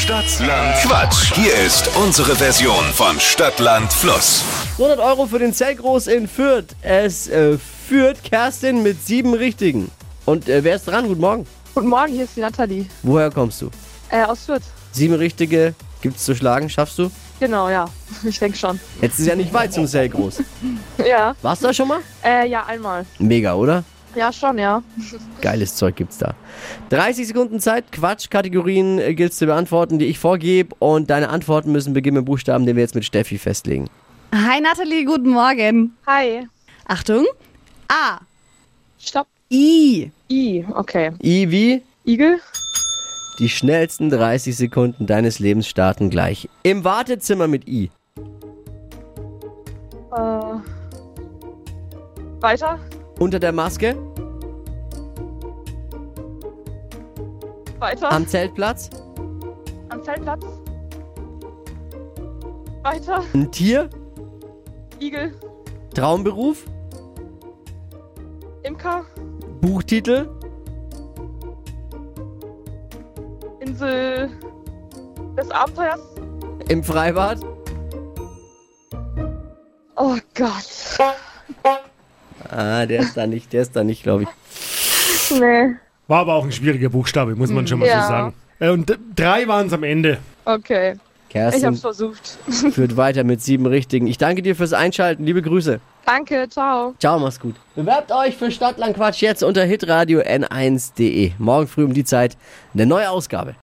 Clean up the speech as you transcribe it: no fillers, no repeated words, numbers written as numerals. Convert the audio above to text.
Stadtland Quatsch. Hier ist unsere Version von Stadtland Fluss. 100 Euro für den Zellgroß in Fürth. Es führt Kerstin mit 7 Richtigen. Und wer ist dran? Guten Morgen. Guten Morgen, hier ist die Nathalie. Woher kommst du? Aus Fürth. 7 Richtige gibt's zu schlagen. Schaffst du? Genau, ja. Ich denke schon. Jetzt ist ja nicht weit zum Zellgroß. Ja. Warst du da schon mal? Ja, einmal. Mega, oder? Ja, schon, ja. Geiles Zeug gibt's da. 30 Sekunden Zeit, Quatschkategorien gilt's zu beantworten, die ich vorgebe. Und deine Antworten müssen beginnen mit Buchstaben, den wir jetzt mit Steffi festlegen. Hi Nathalie, guten Morgen. Hi. Achtung. A. Stopp. I. I, okay. I wie? Igel. Die schnellsten 30 Sekunden deines Lebens starten gleich. Im Wartezimmer mit I. Weiter. Unter der Maske. Weiter. Am Zeltplatz. Am Zeltplatz. Weiter. Ein Tier. Igel. Traumberuf. Imker. Buchtitel. Insel des Abenteuers. Im Freibad. Oh Gott. Ah, der ist da nicht, glaube ich. Nee. War aber auch ein schwieriger Buchstabe, muss man schon mal Ja. so sagen. Und 3 waren es am Ende. Okay. Ich Kerstin hab's versucht. führt weiter mit 7 Richtigen. Ich danke dir fürs Einschalten. Liebe Grüße. Danke, ciao. Ciao, mach's gut. Bewerbt euch für Stadtland Quatsch jetzt unter hitradio n1.de. Morgen früh um die Zeit eine neue Ausgabe.